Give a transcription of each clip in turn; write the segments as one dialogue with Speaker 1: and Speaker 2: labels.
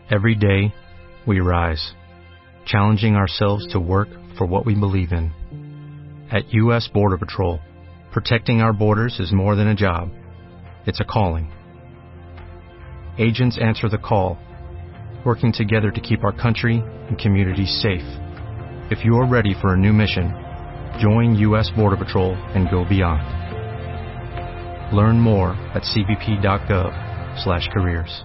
Speaker 1: Every day, we rise, challenging ourselves to work for what we believe in. At U.S. Border Patrol, protecting our borders is more than a job. It's a calling. Agents answer the call, working together to keep our country and communities safe. If you are ready for a new mission, join U.S. Border Patrol and go beyond. Learn more at cbp.gov/careers.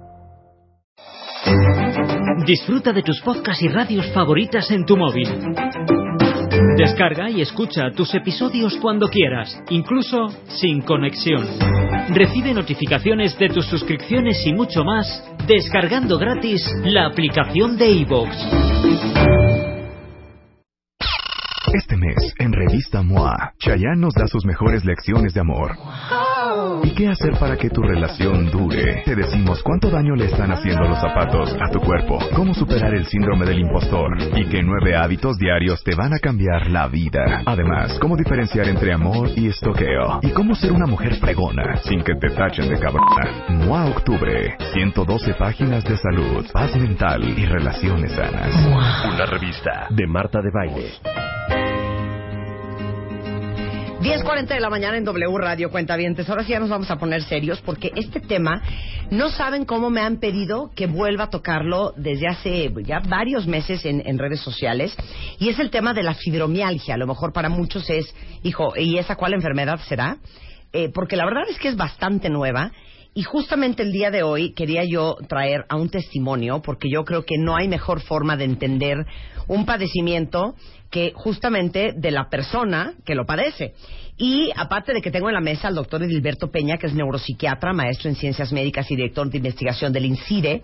Speaker 2: Disfruta de tus podcasts y radios favoritas en tu móvil. Descarga y escucha tus episodios cuando quieras, incluso sin conexión. Recibe notificaciones de tus suscripciones y mucho más descargando gratis la aplicación de iVoox.
Speaker 3: Este mes, en Revista MOA, Chayanne nos da sus mejores lecciones de amor. ¿Y qué hacer para que tu relación dure? Te decimos cuánto daño le están haciendo los zapatos a tu cuerpo, cómo superar el síndrome del impostor y qué 9 hábitos diarios te van a cambiar la vida. Además, cómo diferenciar entre amor y estoqueo y cómo ser una mujer fregona sin que te tachen de cabrona. MOA Octubre, 112 páginas de salud, paz mental y relaciones sanas. MOA. Una revista de Marta de Baile.
Speaker 4: 10:40 de la mañana en W Radio, cuentavientes. Ahora sí ya nos vamos a poner serios porque este tema no saben cómo me han pedido que vuelva a tocarlo desde hace ya varios meses en redes sociales, y es el tema de la fibromialgia. A lo mejor para muchos es, hijo, ¿y esa cuál enfermedad será? Porque la verdad es que es bastante nueva. Y justamente el día de hoy quería yo traer a un testimonio, porque yo creo que no hay mejor forma de entender un padecimiento que justamente de la persona que lo padece. Y aparte de que tengo en la mesa al doctor Edilberto Peña, que es neuropsiquiatra, maestro en ciencias médicas y director de investigación del INCIDE,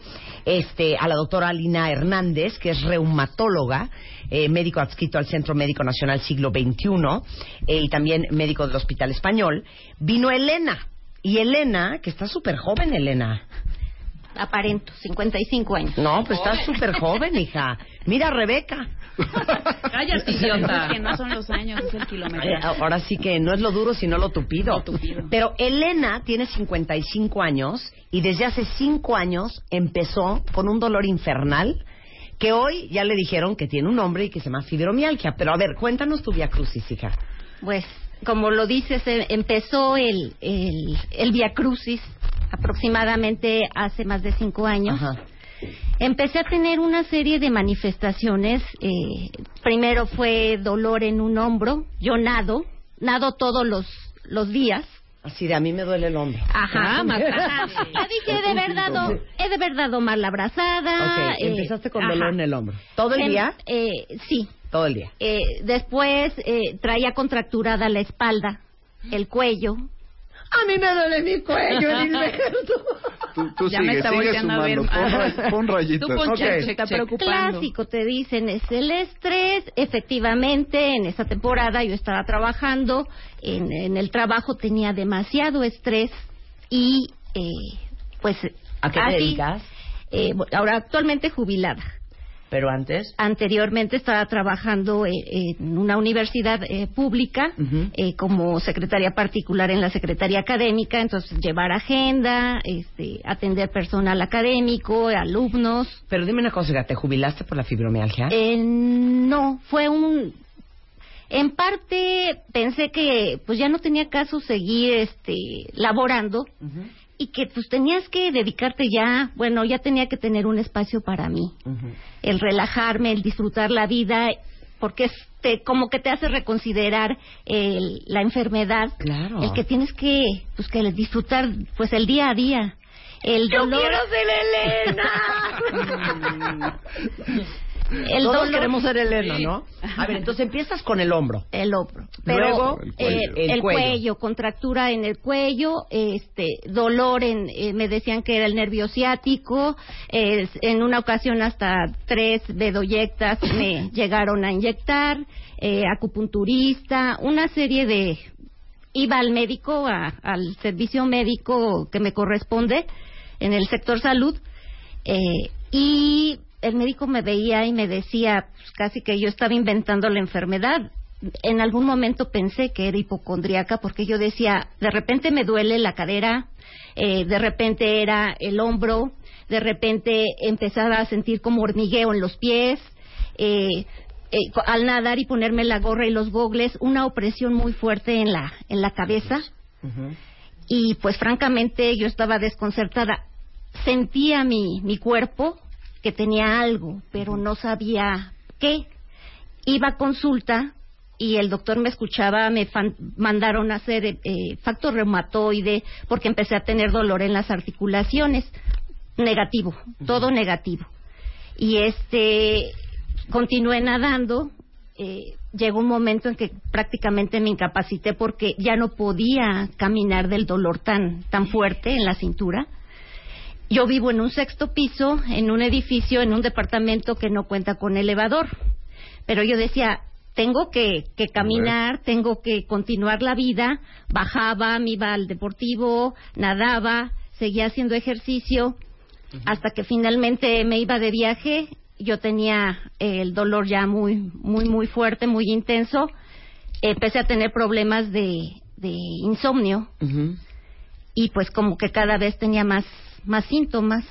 Speaker 4: a la doctora Alina Hernández, que es reumatóloga, médico adscrito al Centro Médico Nacional Siglo XXI, y también médico del Hospital Español, vino Elena. Y Elena, que está súper joven, Elena.
Speaker 5: Aparento, 55 años.
Speaker 4: No, pues estás súper joven, hija. Mira a Rebeca.
Speaker 5: Cállate, idiota. Que no son los años, es el kilómetro.
Speaker 4: Ahora sí que no es lo duro, sino lo tupido.
Speaker 5: Lo tupido.
Speaker 4: Pero Elena tiene 55 años y desde hace 5 años empezó con un dolor infernal que hoy ya le dijeron que tiene un nombre y que se llama fibromialgia. Pero a ver, cuéntanos tu viacrucis, hija.
Speaker 5: Pues, como lo dices, empezó el viacrucis aproximadamente hace más de 5 años. Ajá. Empecé a tener una serie de manifestaciones. Primero fue dolor en un hombro. Yo nado todos los días.
Speaker 4: Así de a mí me duele el hombro.
Speaker 5: Ajá. Ya dije, he de verdad tomar la abrazada.
Speaker 4: Ok, empezaste con dolor en el hombro. ¿Todo el día?
Speaker 5: Sí.
Speaker 4: Todo el día.
Speaker 5: Después traía contracturada la espalda, el cuello.
Speaker 4: A mí me duele mi cuello, Edilberto.
Speaker 6: Tú ya me está volteando a ver. Pon rayitas.
Speaker 5: Tú ponche, se está preocupando. Clásico, te dicen, es el estrés. Efectivamente, en esa temporada yo estaba trabajando. En el trabajo tenía demasiado estrés. Y, pues...
Speaker 4: ¿A qué te dedicas?
Speaker 5: Ahora, actualmente jubilada.
Speaker 4: ¿Pero antes?
Speaker 5: Anteriormente estaba trabajando en una universidad pública, como secretaria particular en la secretaría académica, entonces llevar agenda, atender personal académico, alumnos.
Speaker 4: Pero dime una cosa, ¿te jubilaste por la fibromialgia?
Speaker 5: No, fue en parte pensé que pues ya no tenía caso seguir laborando. Y que pues tenías que dedicarte ya tenía que tener un espacio para mí, el relajarme, el disfrutar la vida, porque como que te hace reconsiderar la enfermedad, claro. El que tienes que disfrutar pues el día a día, el dolor.
Speaker 4: ¡Yo quiero ser Elena! Todos queremos ser Elena, ¿no? A ver, entonces empiezas con el hombro.
Speaker 5: El hombro. Pero
Speaker 4: luego
Speaker 5: el cuello, contractura en el cuello, dolor me decían que era el nervio ciático, en una ocasión hasta 3 bedoyectas me llegaron a inyectar, acupunturista, una serie de... Iba al médico, al servicio médico que me corresponde en el sector salud, y el médico me veía y me decía pues, casi que yo estaba inventando la enfermedad. En algún momento pensé que era hipocondríaca porque yo decía, de repente me duele la cadera, de repente era el hombro, de repente empezaba a sentir como hormigueo en los pies, al nadar y ponerme la gorra y los gogles, una opresión muy fuerte en la cabeza. Uh-huh. Y pues francamente yo estaba desconcertada. Sentía mi cuerpo que tenía algo, pero no sabía qué. Iba a consulta y el doctor me escuchaba, me mandaron a hacer factor reumatoide porque empecé a tener dolor en las articulaciones. Negativo, todo negativo. Y continué nadando. Llegó un momento en que prácticamente me incapacité porque ya no podía caminar del dolor tan fuerte en la cintura. Yo vivo en un 6º piso, en un edificio, en un departamento que no cuenta con elevador. Pero yo decía, tengo que caminar, tengo que continuar la vida. Bajaba, me iba al deportivo, nadaba, seguía haciendo ejercicio, hasta que finalmente me iba de viaje. Yo tenía el dolor ya muy fuerte, muy intenso. Empecé a tener problemas de insomnio. Uh-huh. Y pues como que cada vez tenía más síntomas.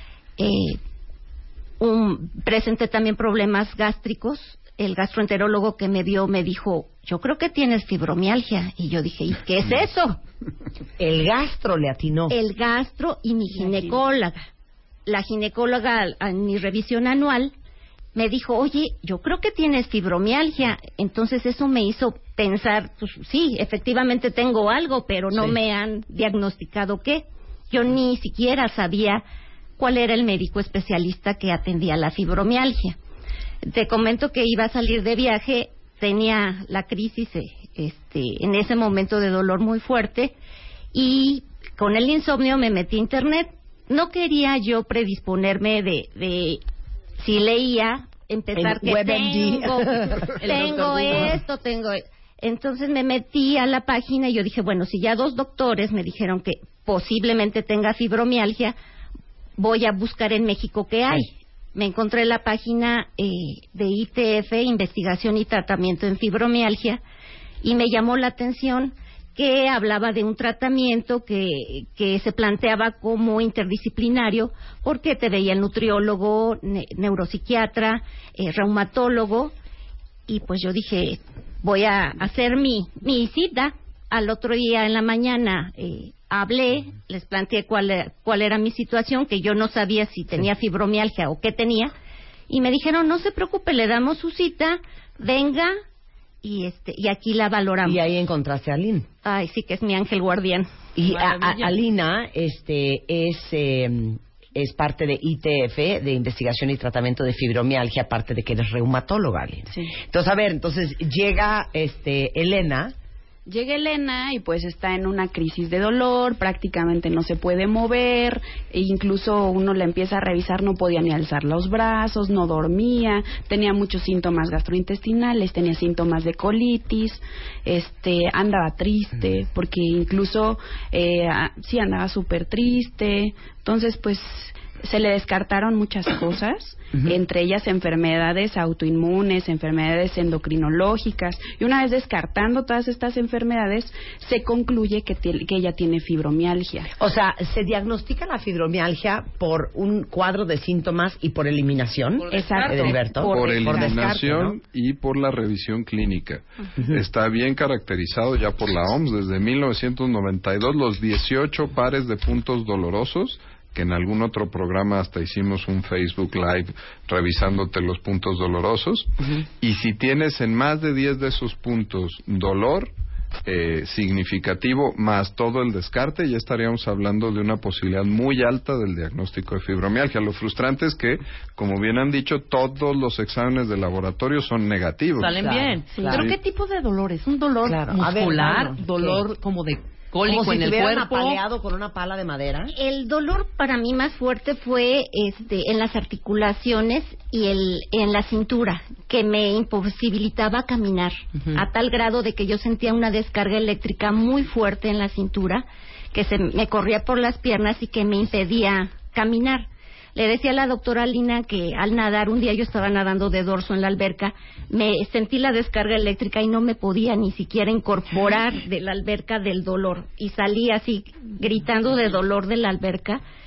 Speaker 5: Presenté también problemas gástricos. El gastroenterólogo que me vio me dijo, yo creo que tienes fibromialgia. Y yo dije, ¿y qué es eso?
Speaker 4: El gastro le atinó.
Speaker 5: El gastro y mi ginecóloga. La ginecóloga en mi revisión anual me dijo, oye, yo creo que tienes fibromialgia. Entonces eso me hizo pensar, pues sí, efectivamente tengo algo, pero no me han diagnosticado qué. Yo ni siquiera sabía cuál era el médico especialista que atendía la fibromialgia. Te comento que iba a salir de viaje, tenía la crisis en ese momento de dolor muy fuerte y con el insomnio me metí a internet. No quería yo predisponerme de si leía, empezar que tengo esto. Entonces me metí a la página y yo dije, bueno, si ya 2 doctores me dijeron que posiblemente tenga fibromialgia, voy a buscar en México qué hay. Me encontré la página de ITF, Investigación y Tratamiento en Fibromialgia, y me llamó la atención que hablaba de un tratamiento que se planteaba como interdisciplinario, porque te veía el nutriólogo, neuropsiquiatra, reumatólogo, y pues yo dije, voy a hacer mi cita. Al otro día en la mañana hablé, les planteé cuál era mi situación, que yo no sabía si tenía fibromialgia o qué tenía, y me dijeron, no se preocupe, le damos su cita, venga, y aquí la valoramos.
Speaker 4: Y ahí encontraste a Aline.
Speaker 5: Ay, sí, que es mi ángel guardián.
Speaker 4: Y Alina es parte de ITF, de Investigación y Tratamiento de Fibromialgia, aparte de que eres reumatóloga, Alina.
Speaker 7: Sí.
Speaker 4: Entonces, llega Elena.
Speaker 7: Llega Elena y pues está en una crisis de dolor, prácticamente no se puede mover, e incluso uno la empieza a revisar, no podía ni alzar los brazos, no dormía, tenía muchos síntomas gastrointestinales, tenía síntomas de colitis, andaba triste, porque incluso sí andaba súper triste. Entonces pues se le descartaron muchas cosas, entre ellas enfermedades autoinmunes, enfermedades endocrinológicas, y una vez descartando todas estas enfermedades, se concluye que ella tiene fibromialgia.
Speaker 4: O sea, ¿se diagnostica la fibromialgia por un cuadro de síntomas y por eliminación?
Speaker 5: Exacto.
Speaker 4: Edilberto.
Speaker 8: Por eliminación,
Speaker 4: descarte, ¿no?
Speaker 8: Y por la revisión clínica. Está bien caracterizado ya por la OMS desde 1992 los 18 pares de puntos dolorosos, que en algún otro programa hasta hicimos un Facebook Live revisándote los puntos dolorosos. Y si tienes en más de 10 de esos puntos dolor significativo más todo el descarte, ya estaríamos hablando de una posibilidad muy alta del diagnóstico de fibromialgia. Lo frustrante es que, como bien han dicho, todos los exámenes de laboratorio son negativos.
Speaker 9: Salen bien.
Speaker 4: Sí. Claro.
Speaker 9: ¿Pero qué tipo de dolor? ¿Es un dolor muscular? ¿Dolor como de cólico
Speaker 4: como si
Speaker 9: en el cuerpo?
Speaker 4: Apaleado con una pala de madera?
Speaker 5: El dolor para mí más fuerte fue en las articulaciones y en la cintura, que me imposibilitaba caminar, a tal grado de que yo sentía una descarga eléctrica muy fuerte en la cintura, que me corría por las piernas y que me impedía caminar. Le decía a la doctora Alina que al nadar, un día yo estaba nadando de dorso en la alberca, me sentí la descarga eléctrica y no me podía ni siquiera incorporar de la alberca del dolor. Y salí así gritando de dolor de la alberca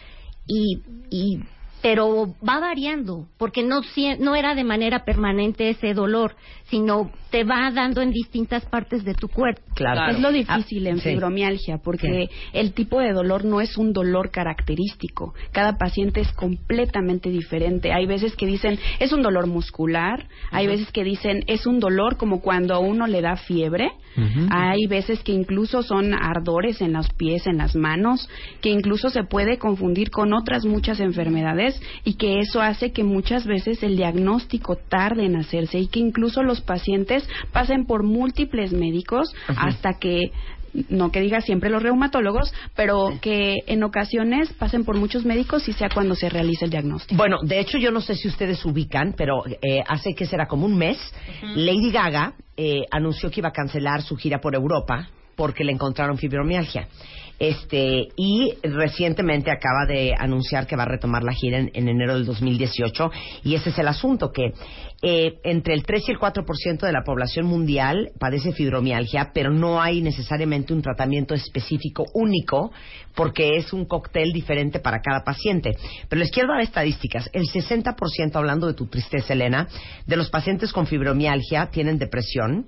Speaker 5: pero va variando, porque no era de manera permanente ese dolor, sino te va dando en distintas partes de tu cuerpo.
Speaker 7: Claro. Es lo difícil en fibromialgia, porque el tipo de dolor no es un dolor característico. Cada paciente es completamente diferente. Hay veces que dicen, es un dolor muscular, hay veces que dicen, es un dolor como cuando a uno le da fiebre, hay veces que incluso son ardores en los pies, en las manos, que incluso se puede confundir con otras muchas enfermedades, y que eso hace que muchas veces el diagnóstico tarde en hacerse, y que incluso los pacientes pasen por múltiples médicos hasta que, no que diga siempre los reumatólogos, pero que en ocasiones pasen por muchos médicos y sea cuando se realice el diagnóstico.
Speaker 4: Bueno, de hecho yo no sé si ustedes ubican, pero hace que será como un mes, Lady Gaga anunció que iba a cancelar su gira por Europa porque le encontraron fibromialgia. Y recientemente acaba de anunciar que va a retomar la gira en enero del 2018, y ese es el asunto, que entre el 3 y el 4% de la población mundial padece fibromialgia, pero no hay necesariamente un tratamiento específico único, porque es un cóctel diferente para cada paciente. Pero les quiero dar estadísticas. El 60%, hablando de tu tristeza, Elena, de los pacientes con fibromialgia tienen depresión.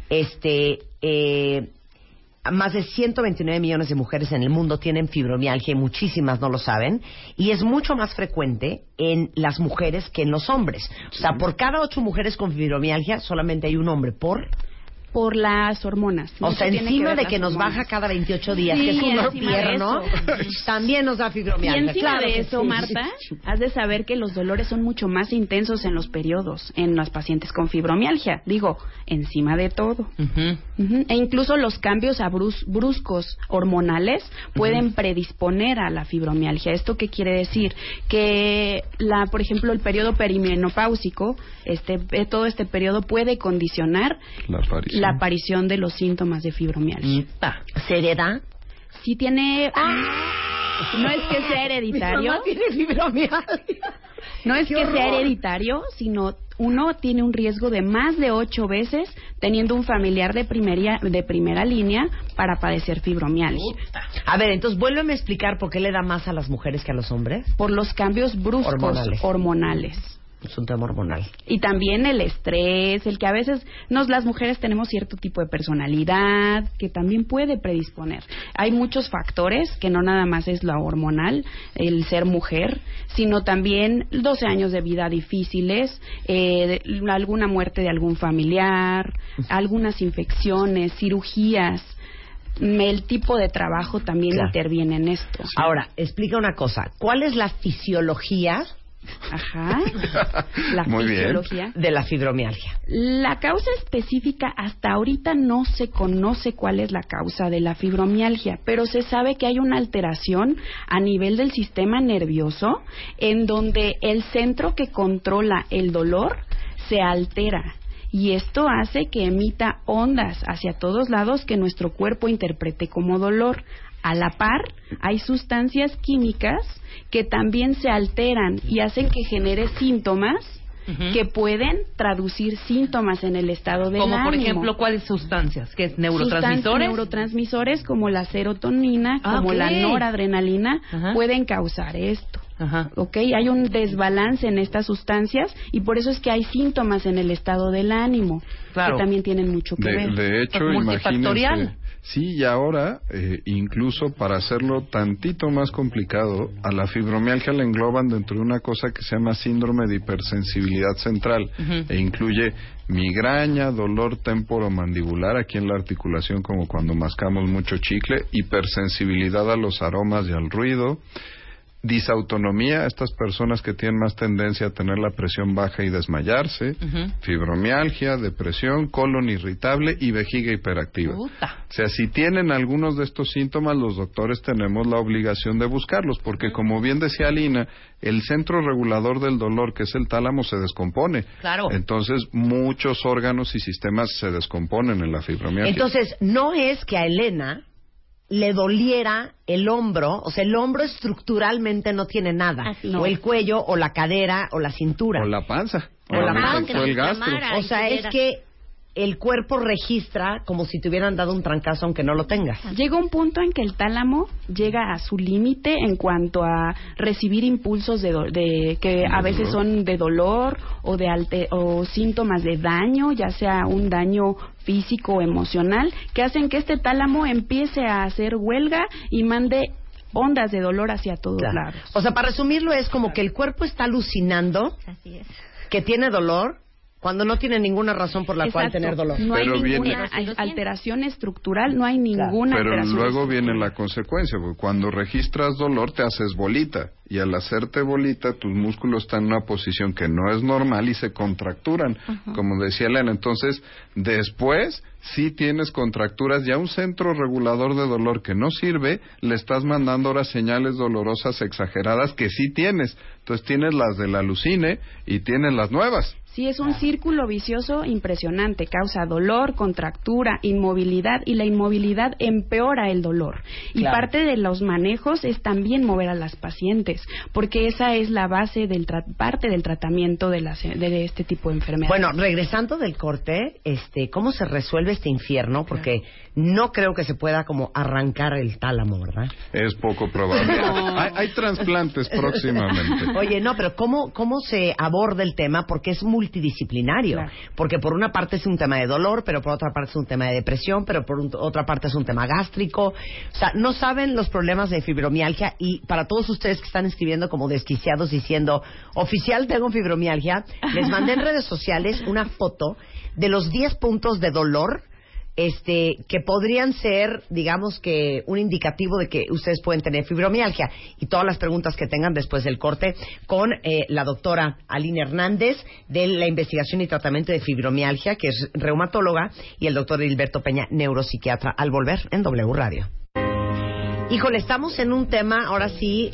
Speaker 4: Más de 129 millones de mujeres en el mundo tienen fibromialgia y muchísimas no lo saben. Y es mucho más frecuente en las mujeres que en los hombres. O sea, por cada 8 mujeres con fibromialgia solamente hay un hombre.
Speaker 7: Por las hormonas.
Speaker 4: O sea, encima de que nos baja cada 28 días, que es un infierno, también nos da fibromialgia.
Speaker 7: Y encima de eso, Marta, has de saber que los dolores son mucho más intensos en los periodos, en las pacientes con fibromialgia. Digo, encima de todo. E incluso los cambios bruscos hormonales pueden predisponer a la fibromialgia. ¿Esto qué quiere decir? Que, por ejemplo, el periodo perimenopáusico, todo este periodo puede condicionar la aparición de los síntomas de fibromialgia.
Speaker 4: ¿Se hereda?
Speaker 7: Sí tiene... No es que sea hereditario.
Speaker 4: Mi mamá tiene fibromialgia.
Speaker 7: No es que sea hereditario, sino uno tiene un riesgo de más de 8 veces teniendo un familiar de primera línea para padecer fibromialgia.
Speaker 4: A ver, entonces vuélveme a explicar por qué le da más a las mujeres que a los hombres.
Speaker 7: Por los cambios bruscos hormonales.
Speaker 4: Es un tema hormonal.
Speaker 7: Y también el estrés, el que a veces las mujeres tenemos cierto tipo de personalidad que también puede predisponer. Hay muchos factores, que no nada más es lo hormonal, el ser mujer, sino también 12 años de vida difíciles, alguna muerte de algún familiar, algunas infecciones, cirugías. El tipo de trabajo también interviene en esto.
Speaker 4: Ahora, explica una cosa. ¿Cuál es la fisiología
Speaker 7: la fisiología
Speaker 4: de la fibromialgia?
Speaker 7: La causa específica hasta ahorita no se conoce cuál es la causa de la fibromialgia, pero se sabe que hay una alteración a nivel del sistema nervioso en donde el centro que controla el dolor se altera. Y esto hace que emita ondas hacia todos lados que nuestro cuerpo interprete como dolor. A la par, hay sustancias químicas que también se alteran y hacen que genere síntomas que pueden traducir síntomas en el estado del ánimo.
Speaker 9: Como por ejemplo, ¿cuáles sustancias? ¿Qué es? ¿Neurotransmisores?
Speaker 7: Neurotransmisores como la serotonina, como la noradrenalina, pueden causar esto. Hay un desbalance en estas sustancias y por eso es que hay síntomas en el estado del ánimo que también tienen mucho que ver.
Speaker 8: De hecho,
Speaker 9: multifactorial.
Speaker 8: Sí, y ahora, incluso para hacerlo tantito más complicado, a la fibromialgia la engloban dentro de una cosa que se llama síndrome de hipersensibilidad central, e incluye migraña, dolor temporomandibular aquí en la articulación, como cuando mascamos mucho chicle, hipersensibilidad a los aromas y al ruido, disautonomía, estas personas que tienen más tendencia a tener la presión baja y desmayarse, fibromialgia, depresión, colon irritable y vejiga hiperactiva. O sea, si tienen algunos de estos síntomas, los doctores tenemos la obligación de buscarlos, porque como bien decía Alina, el centro regulador del dolor, que es el tálamo, se descompone. Entonces, muchos órganos y sistemas se descomponen en la fibromialgia.
Speaker 4: Entonces, no es que a Elena le doliera el hombro, o sea, el hombro estructuralmente no tiene nada, o el cuello, o la cadera, o la cintura,
Speaker 8: o la panza,
Speaker 4: o la panza,
Speaker 8: o el gastro.
Speaker 4: O sea, es que el cuerpo registra como si te hubieran dado un trancazo aunque no lo tengas.
Speaker 7: Llega un punto en que el tálamo llega a su límite en cuanto a recibir impulsos que a veces son de dolor o o síntomas de daño, ya sea un daño físico o emocional, que hacen que este tálamo empiece a hacer huelga y mande ondas de dolor hacia todos lados.
Speaker 4: O sea, para resumirlo, es como que el cuerpo está alucinando que tiene dolor cuando no tiene ninguna razón por la cual tener dolor.
Speaker 7: No hay ninguna alteración estructural, no hay ninguna alteración.
Speaker 8: Pero luego viene la consecuencia, porque cuando registras dolor te haces bolita, y al hacerte bolita tus músculos están en una posición que no es normal y se contracturan, como decía Elena. Entonces, después, si tienes contracturas, ya un centro regulador de dolor que no sirve, le estás mandando ahora señales dolorosas exageradas que sí tienes. Entonces tienes las de la alucine y tienes las nuevas.
Speaker 7: Sí, es un círculo vicioso impresionante. Causa dolor, contractura, inmovilidad, y la inmovilidad empeora el dolor. Y parte de los manejos es también mover a las pacientes, porque esa es la base parte del tratamiento de este tipo de enfermedad.
Speaker 4: Bueno, regresando del corte, ¿cómo se resuelve este infierno? Porque no creo que se pueda como arrancar el tálamo, ¿verdad?
Speaker 8: Es poco probable. Hay trasplantes próximamente.
Speaker 4: Oye, no, pero ¿cómo se aborda el tema? Porque es multidisciplinario. Claro. Porque por una parte es un tema de dolor, pero por otra parte es un tema de depresión, pero por otra parte es un tema gástrico. O sea, no saben los problemas de fibromialgia, y para todos ustedes que están escribiendo como desquiciados diciendo, oficial, tengo fibromialgia, les mandé en redes sociales una foto de los 10 puntos de dolor que podrían ser, digamos que, un indicativo de que ustedes pueden tener fibromialgia. Y todas las preguntas que tengan después del corte con la doctora Aline Hernández de la investigación y tratamiento de fibromialgia, que es reumatóloga, y el doctor Hilberto Peña, neuropsiquiatra, al volver en W Radio. Híjole, estamos en un tema, ahora sí,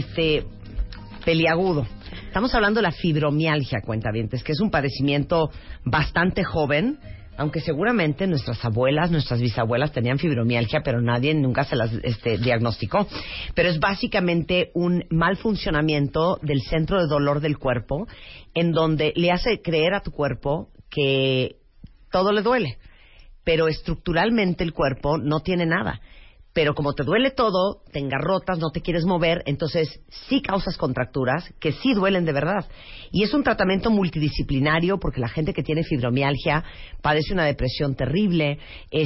Speaker 4: peliagudo. Estamos hablando de la fibromialgia, cuentavientes, que es un padecimiento bastante joven, aunque seguramente nuestras abuelas, nuestras bisabuelas tenían fibromialgia, pero nadie nunca se las diagnosticó. Pero es básicamente un mal funcionamiento del centro de dolor del cuerpo, en donde le hace creer a tu cuerpo que todo le duele, pero estructuralmente el cuerpo no tiene nada. Pero como te duele todo, te engarrotas, no te quieres mover, entonces sí causas contracturas que sí duelen de verdad. Y es un tratamiento multidisciplinario, porque la gente que tiene fibromialgia padece una depresión terrible,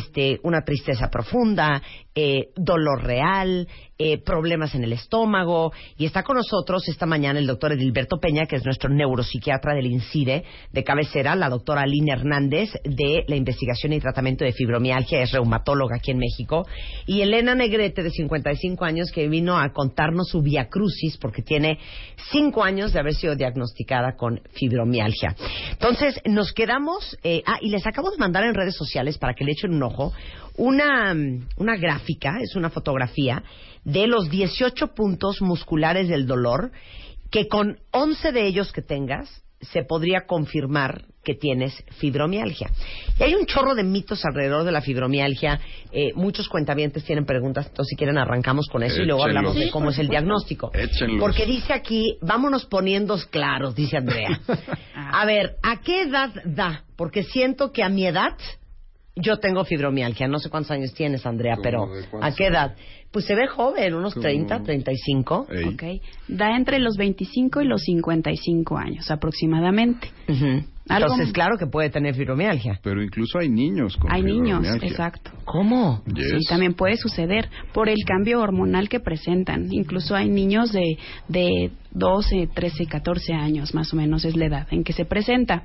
Speaker 4: una tristeza profunda, dolor real, problemas en el estómago. Y está con nosotros esta mañana el doctor Edilberto Peña, que es nuestro neuropsiquiatra del INCIDE de cabecera, la doctora Aline Hernández de la investigación y tratamiento de fibromialgia, es reumatóloga aquí en México, y Elena Negrete, de 55 años, que vino a contarnos su viacrucis, porque tiene 5 años de haber sido diagnosticada con fibromialgia. Entonces, nos quedamos... y les acabo de mandar en redes sociales, para que le echen un ojo, una gráfica, es una fotografía de los 18 puntos musculares del dolor, que con 11 de ellos que tengas, se podría confirmar que tienes fibromialgia. Y hay un chorro de mitos alrededor de la fibromialgia. Muchos cuentavientes tienen preguntas, entonces si quieren arrancamos con eso. Échenlos. Y luego hablamos de cómo es el diagnóstico.
Speaker 8: Échenlos.
Speaker 4: Porque dice aquí, vámonos poniendo claros, dice Andrea. A ver, ¿a qué edad da? Porque siento que a mi edad yo tengo fibromialgia. No sé cuántos años tienes, Andrea, pero ¿a qué edad? Pues se ve joven, unos 30, 35.
Speaker 7: Ok. Da entre los 25 y los 55 años aproximadamente.
Speaker 4: Entonces, claro que puede tener fibromialgia.
Speaker 8: Pero incluso hay niños con fibromialgia.
Speaker 7: Hay niños, exacto.
Speaker 4: ¿Cómo?
Speaker 8: Yes.
Speaker 7: Sí, también puede suceder por el cambio hormonal que presentan. Incluso hay niños de 12, 13, 14 años, más o menos es la edad en que se presenta.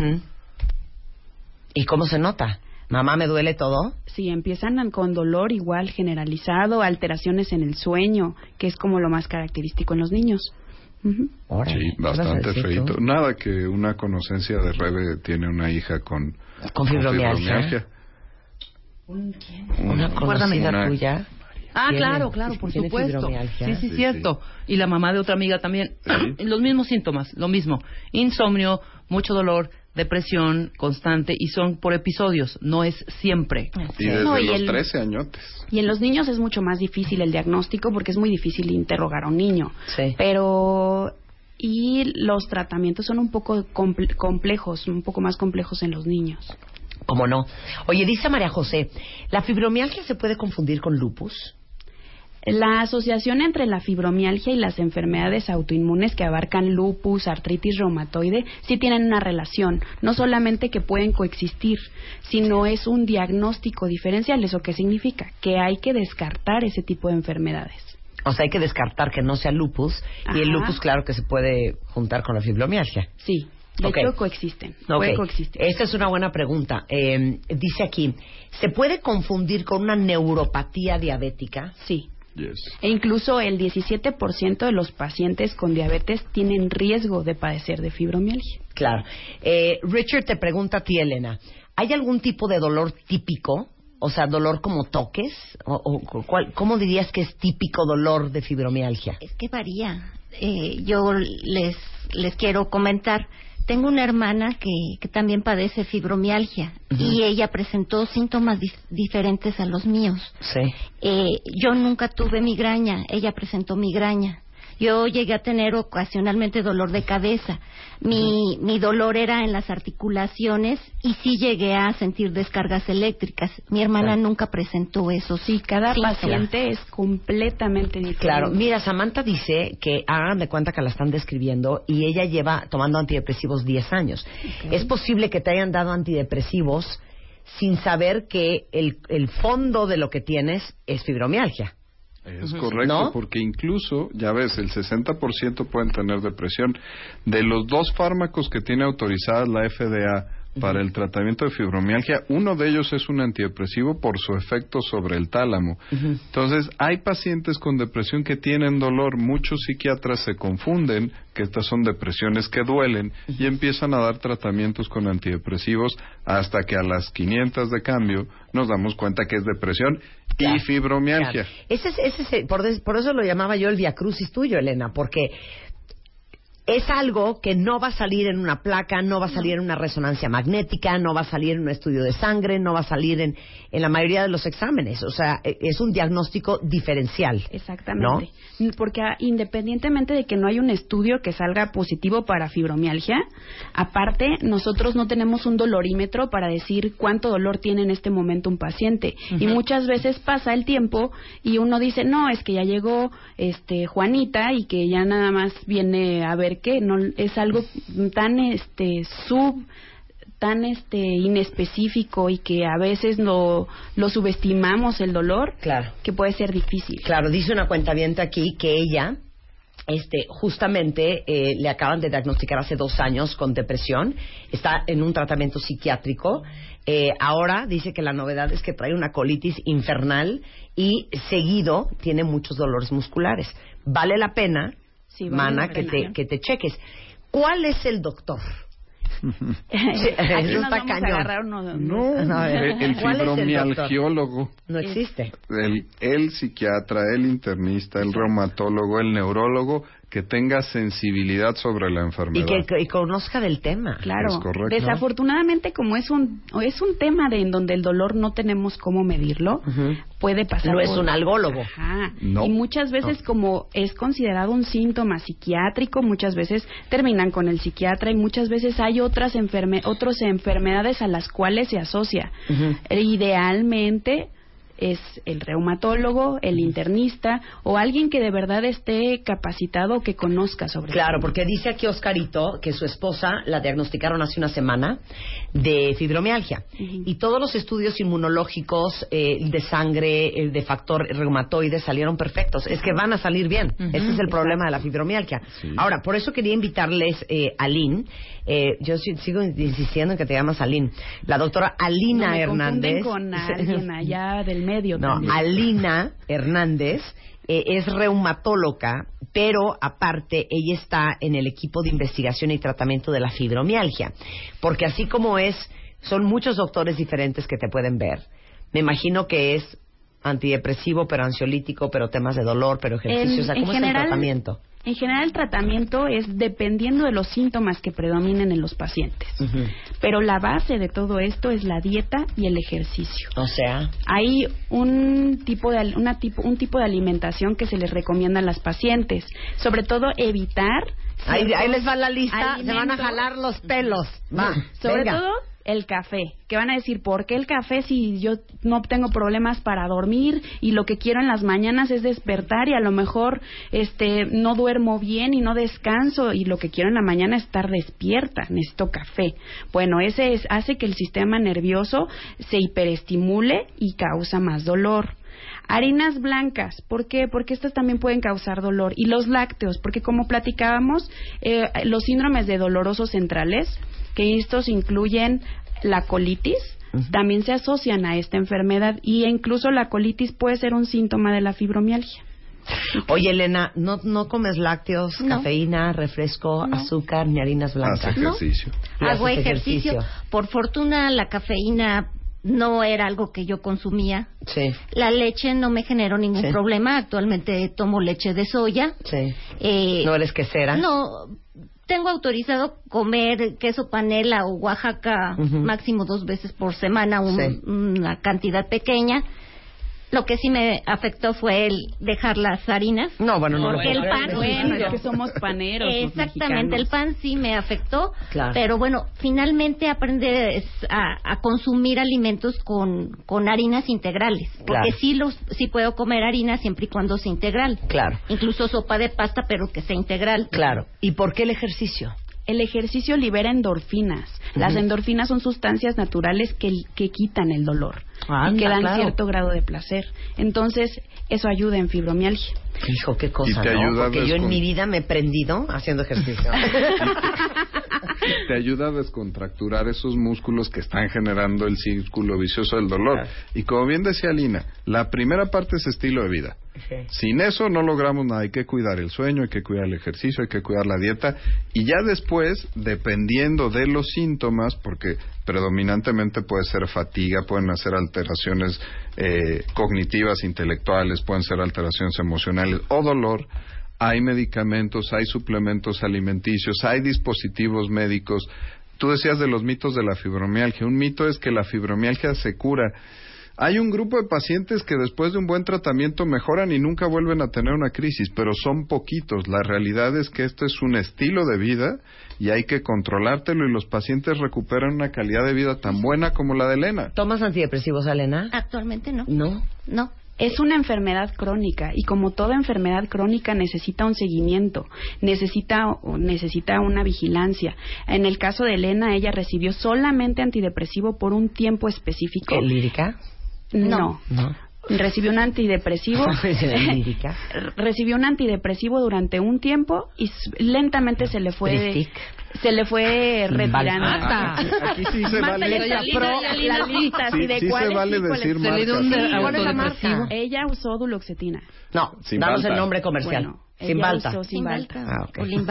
Speaker 4: ¿Y cómo se nota? ¿Mamá, me duele todo?
Speaker 7: Sí, empiezan con dolor igual generalizado, alteraciones en el sueño, que es como lo más característico en los niños.
Speaker 8: Sí, bastante feito. Nada que una conocencia de Rebe tiene una hija con fibromialgia.
Speaker 4: ¿Una conocida tuya?
Speaker 9: Claro, por supuesto. Sí, cierto. Y la mamá de otra amiga también. Los mismos síntomas, lo mismo. Insomnio, mucho dolor, depresión constante, y son por episodios, no es siempre.
Speaker 8: Y desde los 13 añotes.
Speaker 7: Y en los niños es mucho más difícil el diagnóstico, porque es muy difícil interrogar a un niño.
Speaker 4: Sí.
Speaker 7: Y los tratamientos son un poco complejos, un poco más complejos en los niños.
Speaker 4: ¿Cómo no? Oye, dice María José, ¿la fibromialgia se puede confundir con lupus?
Speaker 7: La asociación entre la fibromialgia y las enfermedades autoinmunes que abarcan lupus, artritis reumatoide, sí tienen una relación. No solamente que pueden coexistir, sino es un diagnóstico diferencial. ¿Eso qué significa? Que hay que descartar ese tipo de enfermedades.
Speaker 4: O sea, hay que descartar que no sea lupus. Ajá. Y el lupus, claro que se puede juntar con la fibromialgia.
Speaker 7: Sí. De hecho, coexisten.
Speaker 4: Okay.
Speaker 7: Coexistir.
Speaker 4: Esta es una buena pregunta. Dice aquí, ¿se puede confundir con una neuropatía diabética?
Speaker 7: Sí.
Speaker 8: Yes.
Speaker 7: E incluso el 17% de los pacientes con diabetes tienen riesgo de padecer de fibromialgia.
Speaker 4: Claro. Richard te pregunta a ti, Elena, ¿hay algún tipo de dolor típico? O sea, dolor como toques. ¿Cómo dirías que es típico dolor de fibromialgia?
Speaker 5: Es que varía. Yo les quiero comentar. Tengo una hermana que también padece fibromialgia y ella presentó síntomas diferentes a los míos.
Speaker 4: Sí.
Speaker 5: Yo nunca tuve migraña, ella presentó migraña. Yo llegué a tener ocasionalmente dolor de cabeza. Mi dolor era en las articulaciones y sí llegué a sentir descargas eléctricas. Mi hermana nunca presentó eso.
Speaker 7: Sí, cada paciente es completamente diferente.
Speaker 4: Claro, mira, Samantha dice que hagan de cuenta que la están describiendo y ella lleva tomando antidepresivos 10 años. Okay. Es posible que te hayan dado antidepresivos sin saber que el fondo de lo que tienes es fibromialgia.
Speaker 8: Es correcto,
Speaker 4: ¿no?
Speaker 8: Porque incluso, ya ves, el 60% pueden tener depresión. De los 2 fármacos que tiene autorizadas la FDA para el tratamiento de fibromialgia, uno de ellos es un antidepresivo por su efecto sobre el tálamo. Entonces, hay pacientes con depresión que tienen dolor. Muchos psiquiatras se confunden que estas son depresiones que duelen y empiezan a dar tratamientos con antidepresivos hasta que a las 500 de cambio nos damos cuenta que es depresión y fibromialgia.
Speaker 4: Claro. Por eso lo llamaba yo el viacrucis tuyo, Elena, porque es algo que no va a salir en una placa, no va a salir en una resonancia magnética, no va a salir en un estudio de sangre, no va a salir en la mayoría de los exámenes. O sea, es un diagnóstico diferencial.
Speaker 7: Exactamente. ¿No? Porque independientemente de que no hay un estudio que salga positivo para fibromialgia, aparte nosotros no tenemos un dolorímetro para decir cuánto dolor tiene en este momento un paciente. Y muchas veces pasa el tiempo y uno dice, no, es que ya llegó Juanita y que ya nada más viene a ver que no es algo tan inespecífico y que a veces lo subestimamos el dolor,
Speaker 4: claro,
Speaker 7: que puede ser difícil.
Speaker 4: Claro, dice una cuentaviente aquí que ella justamente le acaban de diagnosticar hace 2 años con depresión, está en un tratamiento psiquiátrico. Ahora dice que la novedad es que trae una colitis infernal y seguido tiene muchos dolores musculares. Vale la pena, sí, mana, que te cheques. ¿Cuál es el doctor?
Speaker 7: Aquí nos vamos a agarrar
Speaker 8: el fibromialgiólogo.
Speaker 4: No existe.
Speaker 8: El psiquiatra, el internista, el reumatólogo, el neurólogo que tenga sensibilidad sobre la enfermedad.
Speaker 4: Y que conozca del tema.
Speaker 7: Claro.
Speaker 8: Es correcto.
Speaker 7: Desafortunadamente, como es un tema en donde el dolor no tenemos cómo medirlo, puede pasar.
Speaker 4: No es un algólogo.
Speaker 7: Ajá. No. Y muchas veces, como es considerado un síntoma psiquiátrico, muchas veces terminan con el psiquiatra y muchas veces hay otras enfermedades a las cuales se asocia. Idealmente es el reumatólogo, el internista o alguien que de verdad esté capacitado o que conozca sobre eso.
Speaker 4: Claro, porque dice aquí Oscarito que su esposa la diagnosticaron hace una semana de fibromialgia y todos los estudios inmunológicos de sangre, de factor reumatoide salieron perfectos. Es que van a salir bien. Ese es el problema de la fibromialgia. Sí. Ahora, por eso quería invitarles a Lynn. Yo sigo insistiendo en que te llamas Aline. La doctora Alina Hernández.
Speaker 7: Con alguien allá del medio.
Speaker 4: No, también. Alina Hernández es reumatóloga, pero aparte ella está en el equipo de investigación y tratamiento de la fibromialgia. Porque así como son muchos doctores diferentes que te pueden ver. Me imagino que es antidepresivo, pero ansiolítico, pero temas de dolor, pero ejercicio. O sea, ¿cómo es el tratamiento?
Speaker 7: En general, el tratamiento es dependiendo de los síntomas que predominen en los pacientes. Pero la base de todo esto es la dieta y el ejercicio.
Speaker 4: O sea,
Speaker 7: hay un tipo de alimentación que se les recomienda a las pacientes. Sobre todo, evitar...
Speaker 4: Ahí les va la lista, se van a jalar los pelos. Va,
Speaker 7: sobre
Speaker 4: venga.
Speaker 7: todo, El café, que van a decir, ¿por qué el café si yo no tengo problemas para dormir y lo que quiero en las mañanas es despertar y a lo mejor no duermo bien y no descanso y lo que quiero en la mañana es estar despierta, necesito café? Bueno, hace que el sistema nervioso se hiperestimule y causa más dolor. Harinas blancas, ¿por qué? Porque estas también pueden causar dolor. Y los lácteos, porque como platicábamos, los síndromes de dolorosos centrales, que estos incluyen la colitis, también se asocian a esta enfermedad, y incluso la colitis puede ser un síntoma de la fibromialgia.
Speaker 4: Oye, Elena, ¿no comes lácteos, cafeína, refresco, azúcar ni harinas blancas?
Speaker 8: Haz ejercicio.
Speaker 5: ¿No? Hago ejercicio. Por fortuna, la cafeína no era algo que yo consumía.
Speaker 4: Sí.
Speaker 5: La leche no me generó ningún problema. Actualmente tomo leche de soya.
Speaker 4: Sí. ¿No eres quesera?
Speaker 5: No. Tengo autorizado comer queso panela o Oaxaca máximo 2 veces por semana, una cantidad pequeña. Lo que sí me afectó fue el dejar las harinas.
Speaker 4: No, bueno, no.
Speaker 5: Porque el pan,
Speaker 7: es que somos paneros.
Speaker 5: Exactamente, el pan sí me afectó.
Speaker 4: Claro.
Speaker 5: Pero bueno, finalmente aprendes a consumir alimentos con harinas integrales. Porque sí puedo comer harina siempre y cuando sea integral.
Speaker 4: Claro.
Speaker 5: Incluso sopa de pasta, pero que sea integral.
Speaker 4: Claro. ¿Y por qué el ejercicio?
Speaker 7: El ejercicio libera endorfinas. Las endorfinas son sustancias naturales que quitan el dolor y que dan cierto grado de placer. Entonces, eso ayuda en fibromialgia.
Speaker 4: Hijo, qué cosa, ¿no? Porque yo en mi vida me he prendido haciendo ejercicio.
Speaker 8: Te ayuda a descontracturar esos músculos que están generando el círculo vicioso del dolor. Claro. Y como bien decía Lina, la primera parte es estilo de vida. Okay. Sin eso no logramos nada. Hay que cuidar el sueño, hay que cuidar el ejercicio, hay que cuidar la dieta. Y ya después, dependiendo de los síntomas, porque predominantemente puede ser fatiga, pueden ser alteraciones cognitivas, intelectuales, pueden ser alteraciones emocionales o dolor, hay medicamentos, hay suplementos alimenticios, hay dispositivos médicos. Tú decías de los mitos de la fibromialgia. Un mito es que la fibromialgia se cura. Hay un grupo de pacientes que después de un buen tratamiento mejoran y nunca vuelven a tener una crisis, pero son poquitos. La realidad es que esto es un estilo de vida y hay que controlártelo, y los pacientes recuperan una calidad de vida tan buena como la de Elena.
Speaker 4: ¿Tomas antidepresivos, Elena?
Speaker 5: Actualmente no.
Speaker 4: No.
Speaker 7: Es una enfermedad crónica, y como toda enfermedad crónica necesita un seguimiento, necesita una vigilancia. En el caso de Elena, ella recibió solamente antidepresivo por un tiempo específico.
Speaker 4: ¿Qué, lírica?
Speaker 7: No. Recibió un antidepresivo. Recibió un antidepresivo durante un tiempo y lentamente se le fue retirando.
Speaker 8: Aquí sí se vale.
Speaker 7: La lista,
Speaker 8: sí se vale decir marca.
Speaker 7: Ella usó duloxetina.
Speaker 4: No, danos el nombre comercial.
Speaker 7: Bueno,
Speaker 4: Cymbalta.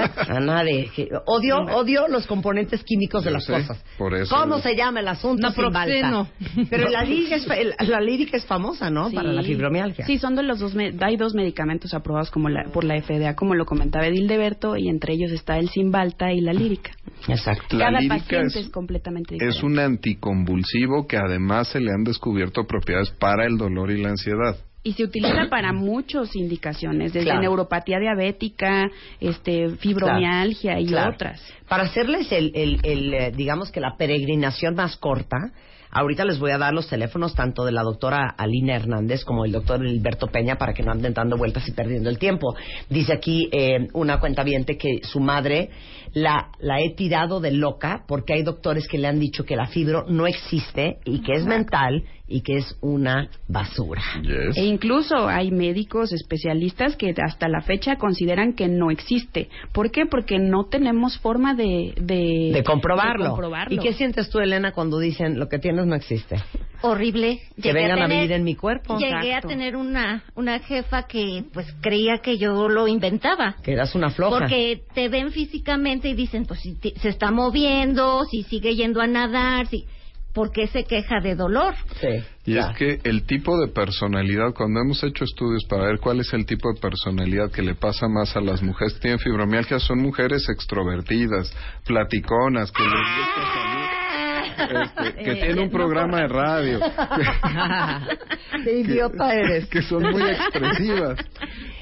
Speaker 4: Odio los componentes químicos de las cosas.
Speaker 8: Por eso
Speaker 4: ¿Cómo se llama el asunto? Cymbalta. Pero la lírica es famosa, ¿no?
Speaker 7: Sí.
Speaker 4: Para la fibromialgia.
Speaker 7: Sí, son de los hay 2 medicamentos aprobados por la FDA, como lo comentaba Edildeberto, y entre ellos está el Cymbalta y la lírica.
Speaker 4: Exacto.
Speaker 8: La
Speaker 7: Cada
Speaker 8: lírica
Speaker 7: paciente es completamente diferente.
Speaker 8: Es un anticonvulsivo que además se le han descubierto propiedades para el dolor y la ansiedad.
Speaker 7: Y se utiliza para muchas indicaciones, desde neuropatía diabética, fibromialgia y otras.
Speaker 4: Para hacerles digamos que la peregrinación más corta, ahorita les voy a dar los teléfonos tanto de la doctora Alina Hernández como del doctor Hilberto Peña para que no anden dando vueltas y perdiendo el tiempo. Dice aquí una cuentaviente que su madre la he tirado de loca porque hay doctores que le han dicho que la fibro no existe y que es mental y que es una basura.
Speaker 8: Yes.
Speaker 7: E incluso hay médicos especialistas que hasta la fecha consideran que no existe. ¿Por qué? Porque no tenemos forma de
Speaker 4: comprobarlo. ¿Y qué sientes tú, Elena, cuando dicen lo que tienes no existe?
Speaker 5: Horrible.
Speaker 4: Que vengan a vivir en mi cuerpo.
Speaker 5: Llegué a tener una jefa que pues creía que yo lo inventaba.
Speaker 4: Que eras una floja.
Speaker 5: Porque te ven físicamente y dicen, pues si se está moviendo, si sigue yendo a nadar, si... ¿Por qué se queja de dolor?
Speaker 4: Sí.
Speaker 8: Y es que el tipo de personalidad, cuando hemos hecho estudios para ver cuál es el tipo de personalidad que le pasa más a las mujeres que tienen fibromialgia, son mujeres extrovertidas, platiconas, que les gusta salir, que tienen un programa de radio.
Speaker 4: ¡Qué idiota eres!
Speaker 8: Que son muy expresivas.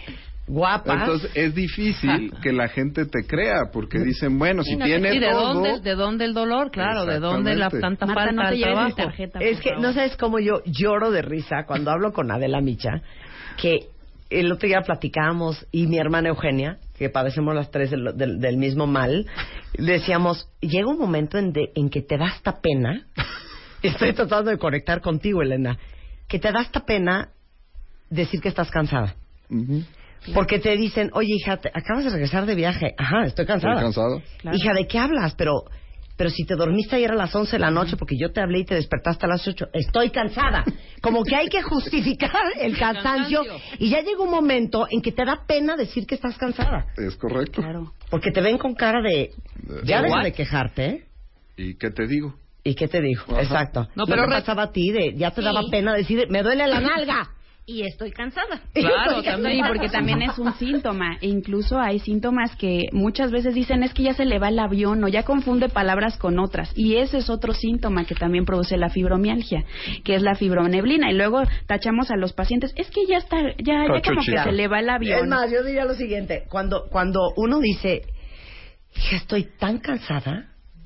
Speaker 4: guapas.
Speaker 8: Entonces es difícil que la gente te crea, porque dicen, bueno, si tiene todo...
Speaker 9: ¿De dónde el dolor? Claro, ¿de dónde la tanta
Speaker 7: Marta,
Speaker 9: falta
Speaker 7: no te
Speaker 9: de trabajo?
Speaker 7: Tarjeta,
Speaker 4: es que no sabes cómo yo lloro de risa cuando hablo con Adela Micha, que el otro día platicábamos, y mi hermana Eugenia, que padecemos las tres del mismo mal, le decíamos, llega un momento en que te da esta pena, estoy tratando de conectar contigo, Elena, que te da esta pena decir que estás cansada.
Speaker 8: Uh-huh.
Speaker 4: Porque te dicen, oye, hija, acabas de regresar de viaje. Ajá, estoy cansada.
Speaker 8: Estoy cansado.
Speaker 4: Claro. Hija, ¿de qué hablas? Pero si te dormiste ayer a las 11 de la noche porque yo te hablé y te despertaste a las 8, estoy cansada. Como que hay que justificar el cansancio. Y ya llega un momento en que te da pena decir que estás cansada.
Speaker 8: Es correcto.
Speaker 7: Claro.
Speaker 4: Porque te ven con cara de... Ya deja de quejarte, ¿eh?
Speaker 8: ¿Y qué te digo?
Speaker 4: ¿Y qué te dijo? Ajá. Exacto.
Speaker 9: No, pero
Speaker 4: ¿qué pasaba a ti? Ya te daba pena decir, me duele la nalga.
Speaker 5: Y estoy cansada.
Speaker 7: Claro, también, porque también es un síntoma. E incluso hay síntomas que muchas veces dicen es que ya se le va el avión o ya confunde palabras con otras. Y ese es otro síntoma que también produce la fibromialgia, que es la fibroneblina. Y luego tachamos a los pacientes, es que ya está, ya como que se le va el avión.
Speaker 4: Es más, yo diría lo siguiente, cuando uno dice, hija, estoy tan cansada,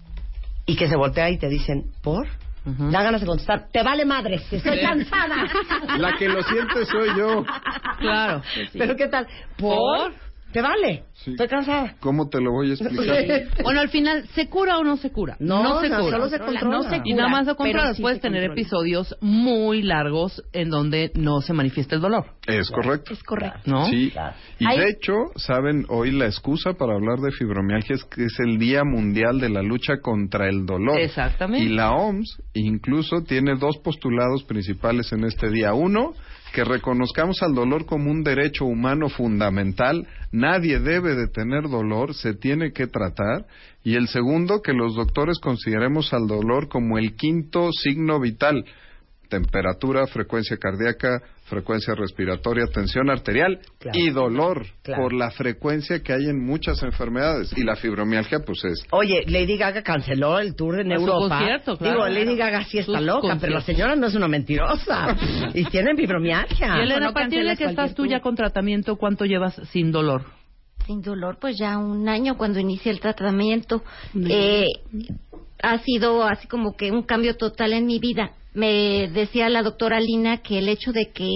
Speaker 4: y que se voltea y te dicen, ¿por? Uh-huh. Da ganas de contestar, te vale madre, estoy cansada.
Speaker 8: La que lo siente soy yo.
Speaker 9: Claro.
Speaker 4: Sí. Pero ¿qué tal? ¿Por? ¿Te vale? Sí. Estoy cansada.
Speaker 8: ¿Cómo te lo voy a explicar?
Speaker 9: Bueno, al final, ¿se cura o no se cura?
Speaker 4: No
Speaker 9: se cura.
Speaker 4: Solo se controla.
Speaker 9: No se cura, y nada más lo controlas. Puedes tener episodios muy largos en donde no se manifiesta el dolor.
Speaker 8: Es correcto.
Speaker 7: Es correcto.
Speaker 9: ¿No?
Speaker 8: Sí. Claro. Y de hecho, ¿saben? Hoy la excusa para hablar de fibromialgia es que es el Día Mundial de la Lucha contra el Dolor.
Speaker 9: Exactamente.
Speaker 8: Y la OMS incluso tiene 2 postulados principales en este día. Uno, que reconozcamos al dolor como un derecho humano fundamental. Nadie debe de tener dolor, se tiene que tratar. Y el segundo, que los doctores consideremos al dolor como el 5º signo vital: temperatura, frecuencia cardíaca, frecuencia respiratoria, tensión arterial, claro, y dolor, claro, por la frecuencia que hay en muchas enfermedades. Y la fibromialgia, pues es...
Speaker 4: Oye, Lady Gaga canceló el tour en Europa.
Speaker 9: Concierto, claro.
Speaker 4: Digo, Lady Gaga sí está loca, pero la señora no es una mentirosa. Y tiene fibromialgia.
Speaker 9: Y Elena, a partir de que estás tú ya con tratamiento, ¿cuánto llevas sin dolor?
Speaker 5: Sin dolor, pues ya 1 año cuando inicié el tratamiento. Ha sido así como que un cambio total en mi vida. Me decía la doctora Lina que el hecho de que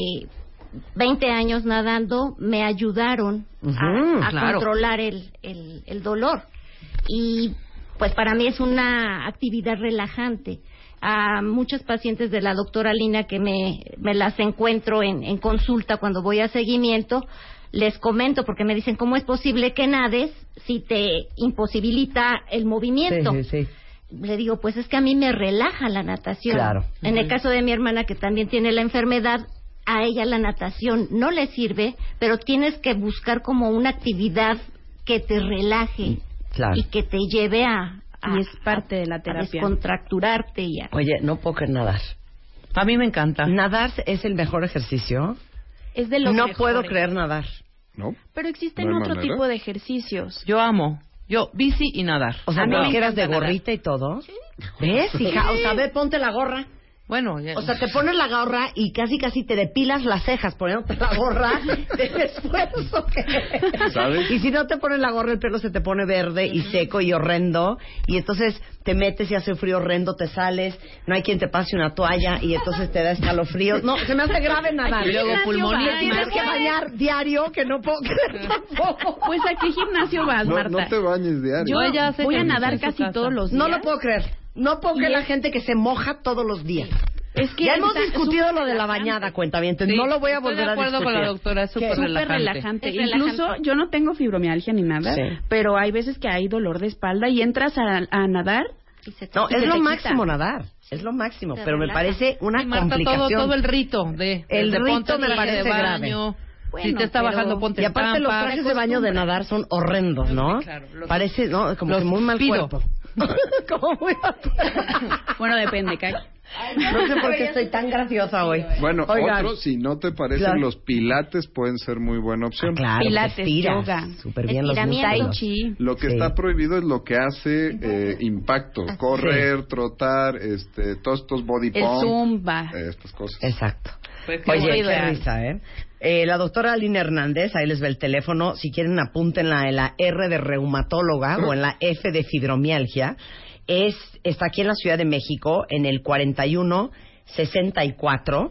Speaker 5: 20 años nadando me ayudaron a claro, controlar el dolor. Y pues para mí es una actividad relajante. A muchos pacientes de la doctora Lina que me las encuentro en consulta cuando voy a seguimiento, les comento porque me dicen, ¿cómo es posible que nades si te imposibilita el movimiento? Sí. Le digo, pues es que a mí me relaja la natación.
Speaker 4: Claro.
Speaker 5: En el caso de mi hermana que también tiene la enfermedad, a ella la natación no le sirve, pero tienes que buscar como una actividad que te relaje, claro, y que te lleve
Speaker 7: y es parte de la terapia,
Speaker 5: a descontracturarte y a...
Speaker 4: Oye, no puedo creer nadar.
Speaker 9: A mí me encanta.
Speaker 4: Nadar es el mejor ejercicio.
Speaker 7: Es de los
Speaker 4: No
Speaker 7: mejores.
Speaker 4: puedo creer nadar.
Speaker 8: ¿No?
Speaker 7: Pero existen otro tipo de ejercicios.
Speaker 9: Yo amo. Yo, bici y nadar.
Speaker 4: O sea, ¿no quieras de gorrita y todo? ¿Sí? ¿Ves, hija? O sea, ve, ponte la gorra.
Speaker 9: Bueno, ya...
Speaker 4: O sea, te pones la gorra y casi te depilas las cejas poniéndote la gorra del esfuerzo que...
Speaker 8: ¿Sabes?
Speaker 4: Y si no te pones la gorra, el pelo se te pone verde y seco y horrendo. Y entonces te metes y hace frío horrendo, te sales, no hay quien te pase una toalla y entonces te da escalofrío. No, se me hace grave nadar.
Speaker 9: Y luego pulmonía.
Speaker 4: Tienes que bañar diario, que no puedo creer tampoco.
Speaker 7: Pues ¿a qué gimnasio vas, Marta?
Speaker 8: No te bañes diario.
Speaker 7: Yo ya voy a nadar casi todos los días.
Speaker 4: No lo puedo creer. No puedo creer la gente que se moja todos los días.
Speaker 7: Es que
Speaker 4: ya hemos discutido lo de la bañada, cuentavientes. Sí, no lo voy a volver a discutir.
Speaker 9: Estoy de acuerdo con la doctora, es súper
Speaker 7: relajante. Incluso yo no tengo fibromialgia ni nada, sí, pero hay veces que hay dolor de espalda y entras a nadar.
Speaker 4: No, es lo máximo nadar. Es lo máximo, pero me parece una complicación.
Speaker 9: Todo el rito de
Speaker 4: el rito me parece grave.
Speaker 9: Bueno, si te está bajando, ponte
Speaker 4: y aparte los trajes de baño de nadar son horrendos, ¿no? Claro, parece, ¿no? Como que muy mal cuerpo. Como muy
Speaker 7: bueno, depende, Kai.
Speaker 4: No sé por qué estoy tan graciosa hoy.
Speaker 8: Bueno, otro, si no te parecen, los pilates pueden ser muy buena opción.
Speaker 4: Claro,
Speaker 7: pilates, yoga,
Speaker 4: súper bien los
Speaker 7: tai chi.
Speaker 8: Lo que está prohibido es lo que hace impacto, correr, trotar, todos estos body pump,
Speaker 7: el zumba,
Speaker 8: estas cosas.
Speaker 4: Exacto.
Speaker 9: Pues
Speaker 4: oye, qué risa, la doctora Alina Hernández, ahí les ve el teléfono, si quieren apúntenla en la R de reumatóloga o en la F de fibromialgia. Está aquí en la Ciudad de México, en el 4164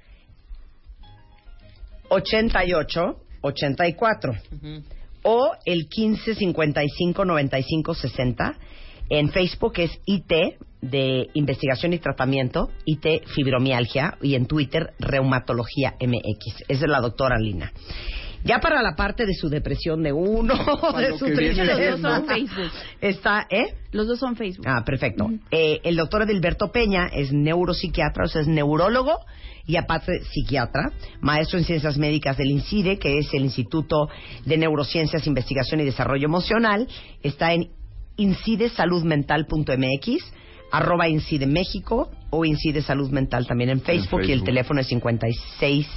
Speaker 4: 88 84 o el 15 55 95 60. En Facebook es IT de Investigación y Tratamiento, IT Fibromialgia, y en Twitter Reumatología MX. Esa es la doctora Lina. Ya para la parte de su depresión de uno, de su tristeza.
Speaker 7: Los dos son Facebook.
Speaker 4: Está,
Speaker 7: Los dos son Facebook.
Speaker 4: Ah, perfecto. El doctor Edilberto Peña es neuropsiquiatra, o sea, es neurólogo y aparte psiquiatra, maestro en Ciencias Médicas del INCIDE, que es el Instituto de Neurociencias, Investigación y Desarrollo Emocional. Está en incidesaludmental.mx, @incide México o Incide Salud Mental también en Facebook, y el teléfono es 56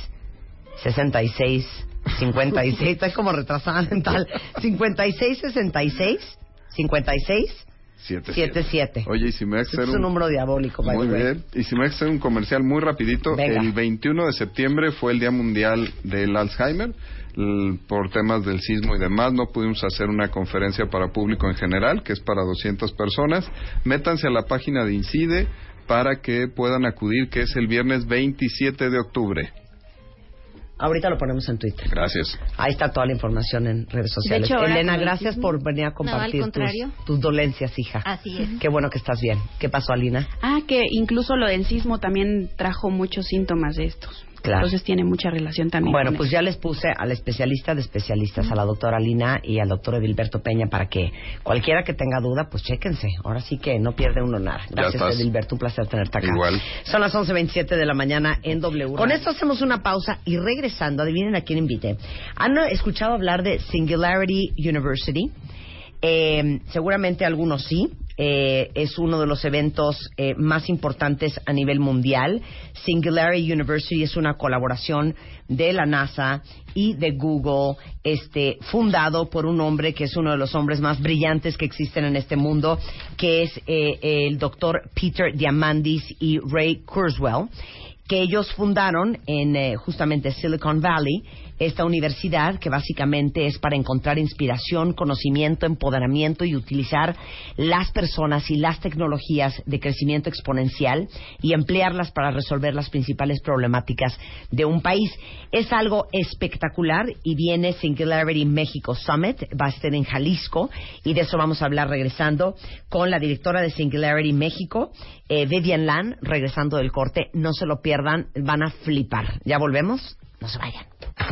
Speaker 4: 66 56, está como retrasada mental, 56 66 56 77.
Speaker 8: Oye, y si me
Speaker 4: es un número diabólico.
Speaker 8: Muy bien. Y si me hacer un comercial muy rapidito. Venga. El 21 de septiembre fue el Día Mundial del Alzheimer. Por temas del sismo y demás, no pudimos hacer una conferencia para público en general, que es para 200 personas. Métanse a la página de INCIDE para que puedan acudir, que es el viernes 27 de octubre.
Speaker 4: Ahorita lo ponemos en Twitter.
Speaker 8: Gracias.
Speaker 4: Ahí está toda la información en redes sociales.
Speaker 5: De hecho,
Speaker 4: Elena, gracias por venir a compartir tus dolencias, hija.
Speaker 5: Así es.
Speaker 4: Qué bueno que estás bien. ¿Qué pasó, Alina?
Speaker 7: Que incluso lo del sismo también trajo muchos síntomas de estos.
Speaker 4: Claro.
Speaker 7: Entonces tiene mucha relación también.
Speaker 4: Bueno, pues ya les puse al especialista de especialistas, a la doctora Lina y al doctor Edilberto Peña, para que cualquiera que tenga duda, pues chéquense. Ahora sí que no pierde uno nada. Gracias, Edilberto. Un placer tenerte acá.
Speaker 8: Igual.
Speaker 4: Son las 11:27 de la mañana en W. Con esto hacemos una pausa y regresando, adivinen a quién invité. ¿Han escuchado hablar de Singularity University? Seguramente algunos sí. Es uno de los eventos más importantes a nivel mundial. Singularity University es una colaboración de la NASA y de Google, fundado por un hombre que es uno de los hombres más brillantes que existen en este mundo, que es el doctor Peter Diamandis y Ray Kurzweil, que ellos fundaron en justamente Silicon Valley esta universidad, que básicamente es para encontrar inspiración, conocimiento, empoderamiento y utilizar las personas y las tecnologías de crecimiento exponencial y emplearlas para resolver las principales problemáticas de un país. Es algo espectacular y viene Singularity México Summit, va a estar en Jalisco, y de eso vamos a hablar regresando con la directora de Singularity México, Vivian Lan, regresando del corte. No se lo pierdan, van a flipar. ¿Ya volvemos? No se vayan.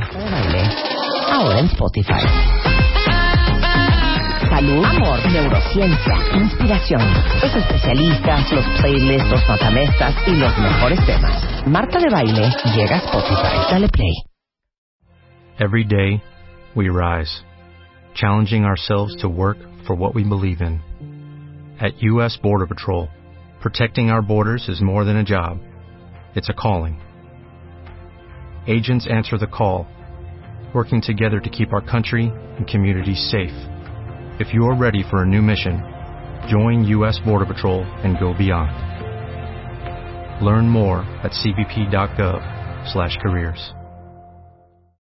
Speaker 4: Ahora en Spotify. Salud, amor, neurociencia, inspiración, los especialistas, los playlists, los matamestas y los mejores temas. Marta de Baile llega a Spotify. Dale play.
Speaker 1: Every day, we rise, challenging ourselves to work for what we believe in. At U.S. Border Patrol, protecting our borders is more than a job. It's a calling. Agents answer the call, working together to keep our country and communities safe. If you are ready for a new mission, join U.S. Border Patrol and go beyond. Learn more at cbp.gov/careers.